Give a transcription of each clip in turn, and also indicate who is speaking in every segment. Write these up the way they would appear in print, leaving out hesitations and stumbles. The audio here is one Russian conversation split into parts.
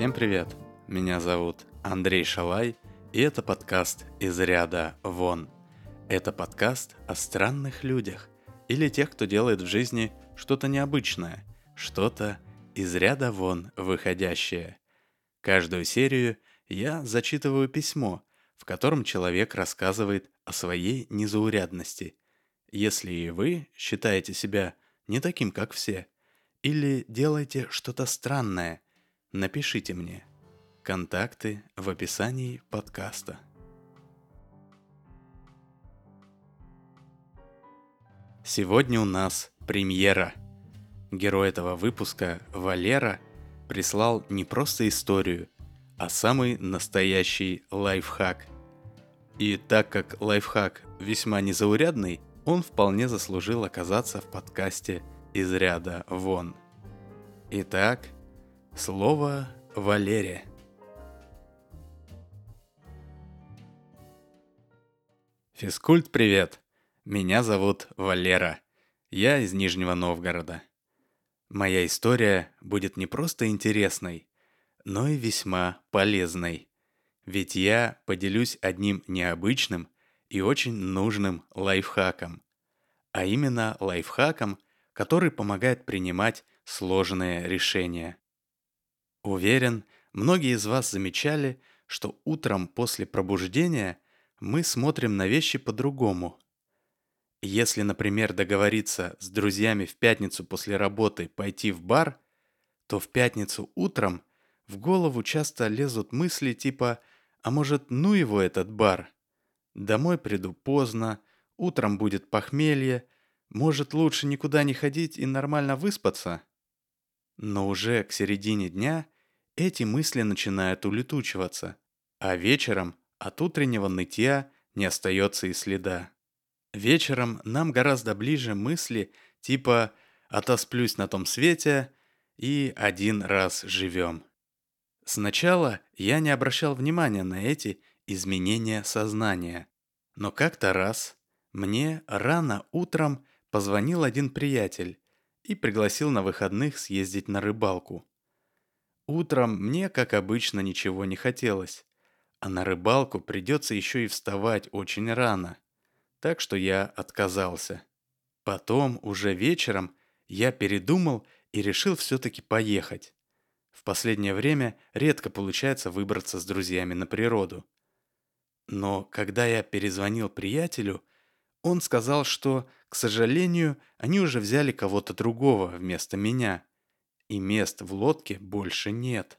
Speaker 1: Всем привет! Меня зовут Андрей Шалай, и это подкаст «Из ряда вон». Это подкаст о странных людях или тех, кто делает в жизни что-то необычное, что-то из ряда вон выходящее. Каждую серию я зачитываю письмо, в котором человек рассказывает о своей незаурядности. Если и вы считаете себя не таким, как все, или делаете что-то странное, напишите мне. Контакты в описании подкаста. Сегодня у нас премьера. Герой этого выпуска, Валера, прислал не просто историю, а самый настоящий лайфхак. И так как лайфхак весьма незаурядный, он вполне заслужил оказаться в подкасте «Из ряда вон». Итак, слово Валере. Физкульт, привет! Меня зовут Валера. Я из Нижнего Новгорода. Моя история будет не просто интересной, но и весьма полезной. Ведь я поделюсь одним необычным и очень нужным лайфхаком. А именно лайфхаком, который помогает принимать сложные решения. Уверен, многие из вас замечали, что утром после пробуждения мы смотрим на вещи по-другому. Если, например, договориться с друзьями в пятницу после работы пойти в бар, то в пятницу утром в голову часто лезут мысли типа «А может, ну его этот бар? Домой приду поздно, утром будет похмелье, может, лучше никуда не ходить и нормально выспаться?» Но уже к середине дня эти мысли начинают улетучиваться, а вечером от утреннего нытья не остается и следа. Вечером нам гораздо ближе мысли типа «отосплюсь на том свете» и «один раз живем». Сначала я не обращал внимания на эти изменения сознания. Но как-то раз мне рано утром позвонил один приятель и пригласил на выходных съездить на рыбалку. Утром мне, как обычно, ничего не хотелось, а на рыбалку придется еще и вставать очень рано, так что я отказался. Потом, уже вечером, я передумал и решил все-таки поехать. В последнее время редко получается выбраться с друзьями на природу. Но когда я перезвонил приятелю, он сказал, что, к сожалению, они уже взяли кого-то другого вместо меня, и мест в лодке больше нет.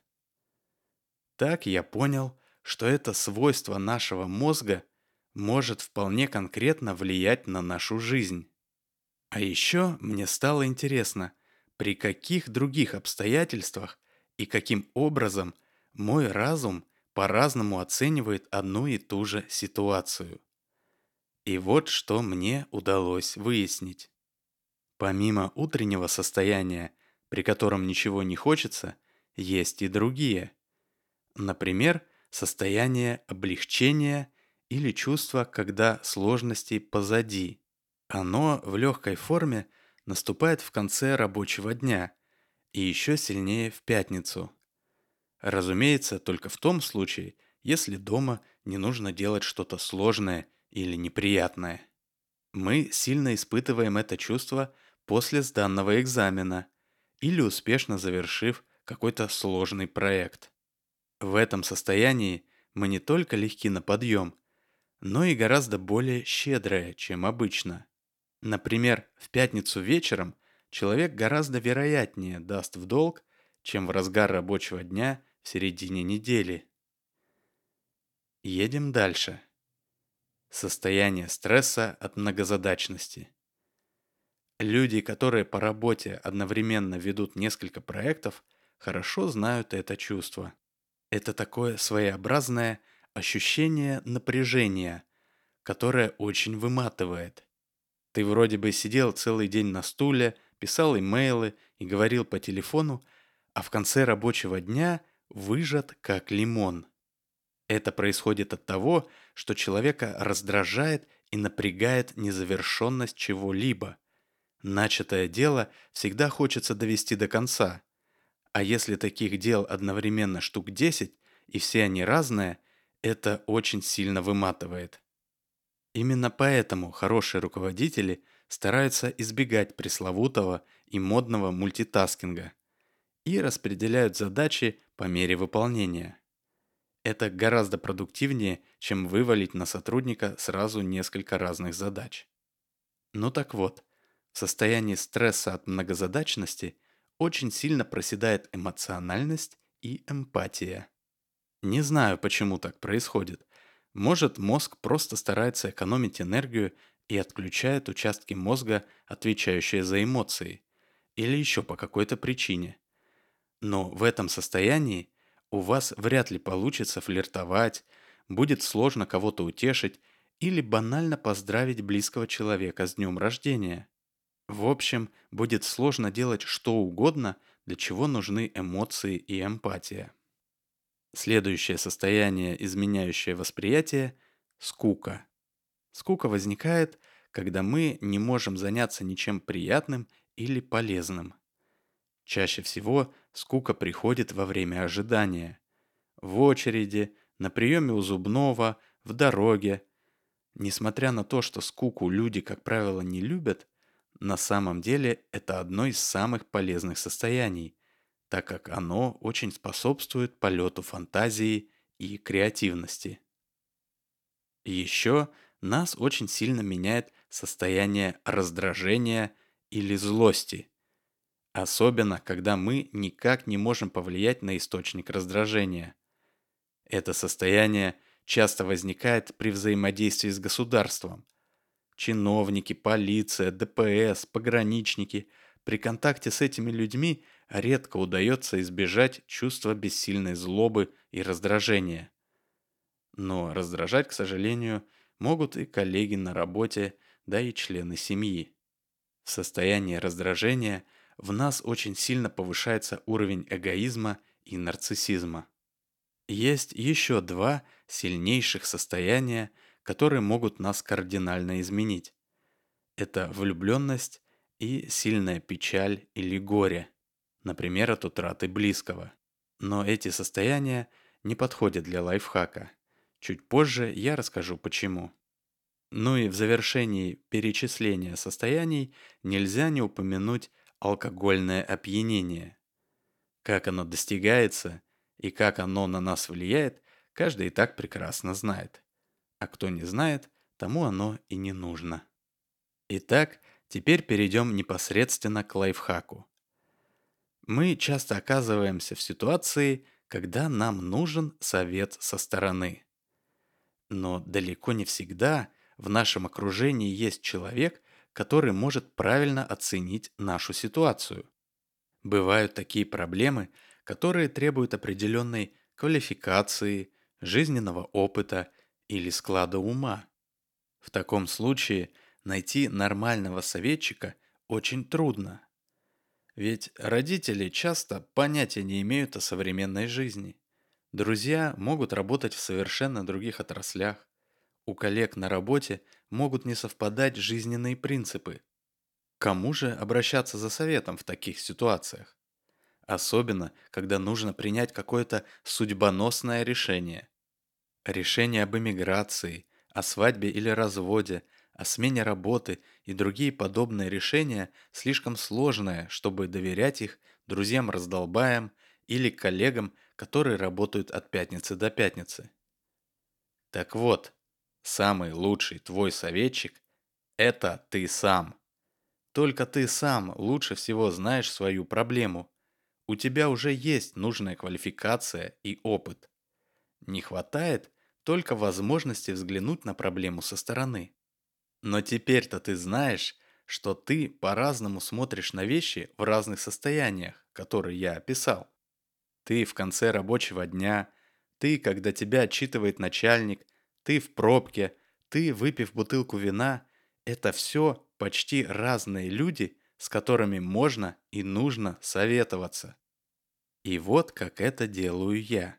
Speaker 1: Так я понял, что это свойство нашего мозга может вполне конкретно влиять на нашу жизнь. А еще мне стало интересно, при каких других обстоятельствах и каким образом мой разум по-разному оценивает одну и ту же ситуацию. И вот что мне удалось выяснить. Помимо утреннего состояния, при котором ничего не хочется, есть и другие. Например, состояние облегчения или чувство, когда сложности позади. Оно в легкой форме наступает в конце рабочего дня и еще сильнее в пятницу. Разумеется, только в том случае, если дома не нужно делать что-то сложное или неприятное. Мы сильно испытываем это чувство после сданного экзамена или успешно завершив какой-то сложный проект. В этом состоянии мы не только легки на подъем, но и гораздо более щедрые, чем обычно. Например, в пятницу вечером человек гораздо вероятнее даст в долг, чем в разгар рабочего дня в середине недели. Едем дальше. Состояние стресса от многозадачности. Люди, которые по работе одновременно ведут несколько проектов, хорошо знают это чувство. Это такое своеобразное ощущение напряжения, которое очень выматывает. Ты вроде бы сидел целый день на стуле, писал имейлы и говорил по телефону, а в конце рабочего дня выжат как лимон. Это происходит от того, что человека раздражает и напрягает незавершенность чего-либо. Начатое дело всегда хочется довести до конца, А если таких дел одновременно штук 10, и все они разные, это очень сильно выматывает. Именно поэтому хорошие руководители стараются избегать пресловутого и модного мультитаскинга и распределяют задачи по мере выполнения. Это гораздо продуктивнее, чем вывалить на сотрудника сразу несколько разных задач. Ну так вот, в состоянии стресса от многозадачности очень сильно проседает эмоциональность и эмпатия. Не знаю, почему так происходит. Может, мозг просто старается экономить энергию и отключает участки мозга, отвечающие за эмоции, или еще по какой-то причине. Но в этом состоянии у вас вряд ли получится флиртовать, будет сложно кого-то утешить или банально поздравить близкого человека с днем рождения. В общем, будет сложно делать что угодно, для чего нужны эмоции и эмпатия. Следующее состояние, изменяющее восприятие – скука. Скука возникает, когда мы не можем заняться ничем приятным или полезным. Чаще всего скука приходит во время ожидания. В очереди, на приеме у зубного, в дороге. Несмотря на то, что скуку люди, как правило, не любят, на самом деле это одно из самых полезных состояний, так как оно очень способствует полету фантазии и креативности. Еще нас очень сильно меняет состояние раздражения или злости, особенно когда мы никак не можем повлиять на источник раздражения. Это состояние часто возникает при взаимодействии с государством. Чиновники, полиция, ДПС, пограничники. При контакте с этими людьми редко удается избежать чувства бессильной злобы и раздражения. Но раздражать, к сожалению, могут и коллеги на работе, да и члены семьи. В состоянии раздражения в нас очень сильно повышается уровень эгоизма и нарциссизма. Есть еще два сильнейших состояния, которые могут нас кардинально изменить. Это влюбленность и сильная печаль или горе, например, от утраты близкого. Но эти состояния не подходят для лайфхака. Чуть позже я расскажу почему. Ну и в завершении перечисления состояний нельзя не упомянуть алкогольное опьянение. Как оно достигается и как оно на нас влияет, каждый и так прекрасно знает. А кто не знает, тому оно и не нужно. Итак, теперь перейдем непосредственно к лайфхаку. Мы часто оказываемся в ситуации, когда нам нужен совет со стороны. Но далеко не всегда в нашем окружении есть человек, который может правильно оценить нашу ситуацию. Бывают такие проблемы, которые требуют определенной квалификации, жизненного опыта или склада ума. В таком случае найти нормального советчика очень трудно. Ведь родители часто понятия не имеют о современной жизни. Друзья могут работать в совершенно других отраслях. У коллег на работе могут не совпадать жизненные принципы. К кому же обращаться за советом в таких ситуациях? Особенно, когда нужно принять какое-то судьбоносное решение. Решение об эмиграции, о свадьбе или разводе, о смене работы и другие подобные решения слишком сложные, чтобы доверять их друзьям-раздолбаям или коллегам, которые работают от пятницы до пятницы. Так вот, самый лучший твой советчик – это ты сам. Только ты сам лучше всего знаешь свою проблему. У тебя уже есть нужная квалификация и опыт. Не хватает только возможности взглянуть на проблему со стороны. Но теперь-то ты знаешь, что ты по-разному смотришь на вещи в разных состояниях, которые я описал. Ты в конце рабочего дня, ты, когда тебя отчитывает начальник, ты в пробке, ты, выпив бутылку вина. Это все почти разные люди, с которыми можно и нужно советоваться. И вот как это делаю я.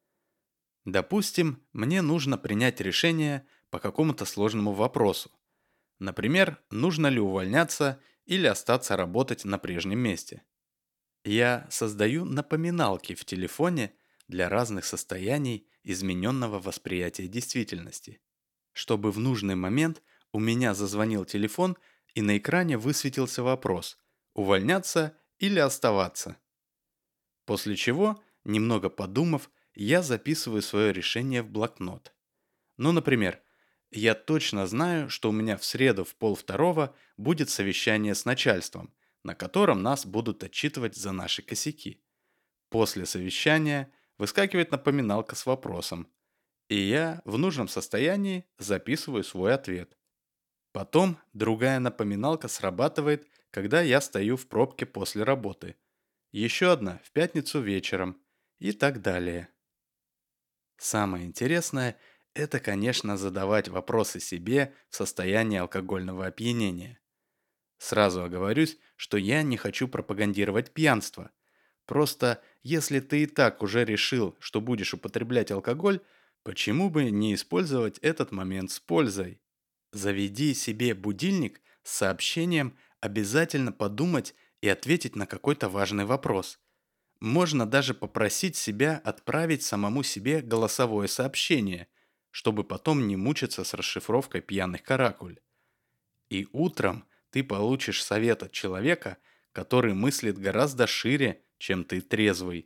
Speaker 1: Допустим, мне нужно принять решение по какому-то сложному вопросу. Например, нужно ли увольняться или остаться работать на прежнем месте. Я создаю напоминалки в телефоне для разных состояний измененного восприятия действительности, чтобы в нужный момент у меня зазвонил телефон и на экране высветился вопрос «увольняться или оставаться?». После чего, немного подумав, я записываю свое решение в блокнот. Ну, например, я точно знаю, что у меня в среду в 1:30 будет совещание с начальством, на котором нас будут отчитывать за наши косяки. После совещания выскакивает напоминалка с вопросом, и я в нужном состоянии записываю свой ответ. Потом другая напоминалка срабатывает, когда я стою в пробке после работы. Еще одна в пятницу вечером и так далее. Самое интересное – это, конечно, задавать вопросы себе в состоянии алкогольного опьянения. Сразу оговорюсь, что я не хочу пропагандировать пьянство. Просто, если ты и так уже решил, что будешь употреблять алкоголь, почему бы не использовать этот момент с пользой? Заведи себе будильник с сообщением «обязательно подумать и ответить на какой-то важный вопрос». Можно даже попросить себя отправить самому себе голосовое сообщение, чтобы потом не мучиться с расшифровкой пьяных каракуль. И утром ты получишь совет от человека, который мыслит гораздо шире, чем ты трезвый.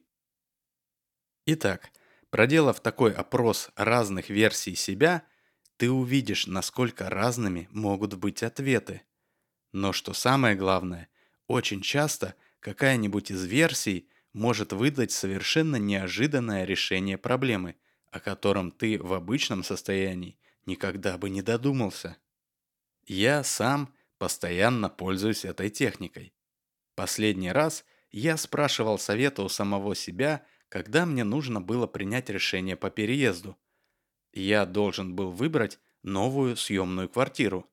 Speaker 1: Итак, проделав такой опрос разных версий себя, ты увидишь, насколько разными могут быть ответы. Но что самое главное, очень часто какая-нибудь из версий может выдать совершенно неожиданное решение проблемы, о котором ты в обычном состоянии никогда бы не додумался. Я сам постоянно пользуюсь этой техникой. Последний раз я спрашивал совета у самого себя, когда мне нужно было принять решение по переезду. Я должен был выбрать новую съемную квартиру.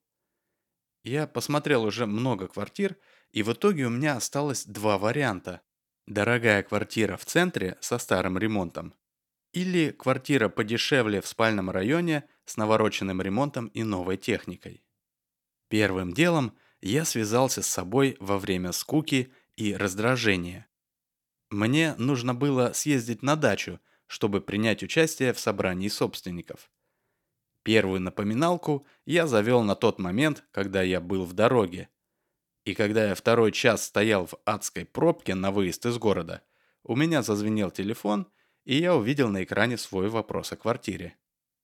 Speaker 1: Я посмотрел уже много квартир, и в итоге у меня осталось два варианта. Дорогая квартира в центре со старым ремонтом или квартира подешевле в спальном районе с навороченным ремонтом и новой техникой. Первым делом я связался с собой во время скуки и раздражения. Мне нужно было съездить на дачу, чтобы принять участие в собрании собственников. Первую напоминалку я завел на тот момент, когда я был в дороге. И когда я второй час стоял в адской пробке на выезд из города, у меня зазвенел телефон, и я увидел на экране свой вопрос о квартире.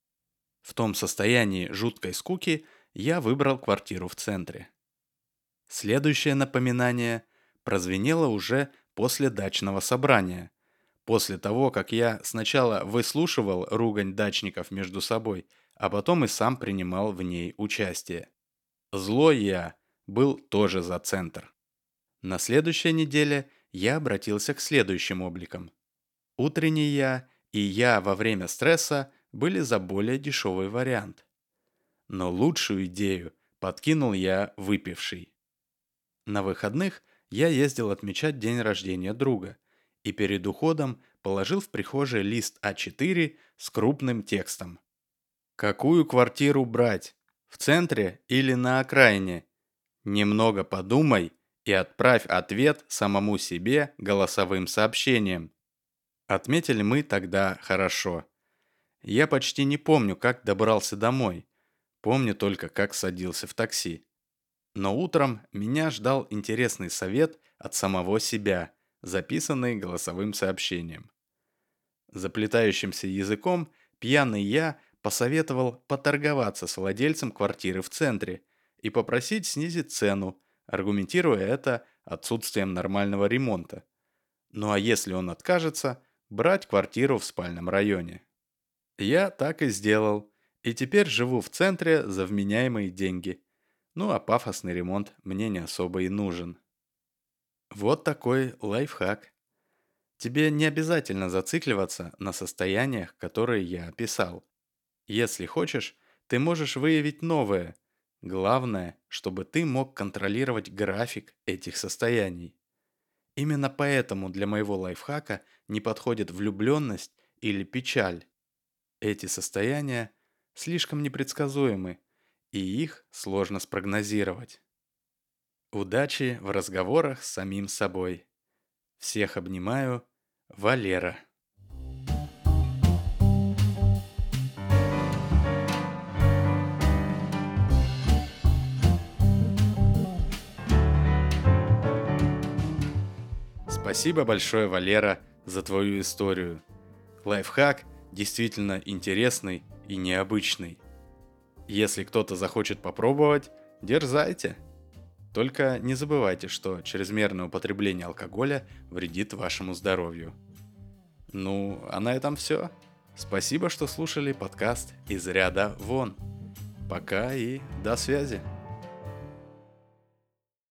Speaker 1: В том состоянии жуткой скуки я выбрал квартиру в центре. Следующее напоминание прозвенело уже после дачного собрания. После того, как я сначала выслушивал ругань дачников между собой, а потом и сам принимал в ней участие. Злой я был тоже за центр. На следующей неделе я обратился к следующим обликам. Утренний я и я во время стресса были за более дешевый вариант. Но лучшую идею подкинул я выпивший. На выходных я ездил отмечать день рождения друга и перед уходом положил в прихожей лист А4 с крупным текстом. Какую квартиру брать? В центре или на окраине? Немного подумай и отправь ответ самому себе голосовым сообщением. Отметили мы тогда хорошо. Я почти не помню, как добрался домой. Помню только, как садился в такси. Но утром меня ждал интересный совет от самого себя, записанный голосовым сообщением. Заплетающимся языком пьяный я посоветовал поторговаться с владельцем квартиры в центре и попросить снизить цену, аргументируя это отсутствием нормального ремонта. Ну а если он откажется, брать квартиру в спальном районе. Я так и сделал, и теперь живу в центре за вменяемые деньги. Ну а пафосный ремонт мне не особо и нужен. Вот такой лайфхак. Тебе не обязательно зацикливаться на состояниях, которые я описал. Если хочешь, ты можешь выявить новое. Главное, чтобы ты мог контролировать график этих состояний. Именно поэтому для моего лайфхака не подходит влюбленность или печаль. Эти состояния слишком непредсказуемы, и их сложно спрогнозировать. Удачи в разговорах с самим собой. Всех обнимаю. Валера. Спасибо большое, Валера, за твою историю. Лайфхак действительно интересный и необычный. Если кто-то захочет попробовать, дерзайте. Только не забывайте, что чрезмерное употребление алкоголя вредит вашему здоровью. Ну, а на этом все. Спасибо, что слушали подкаст «Из ряда вон». Пока и до связи.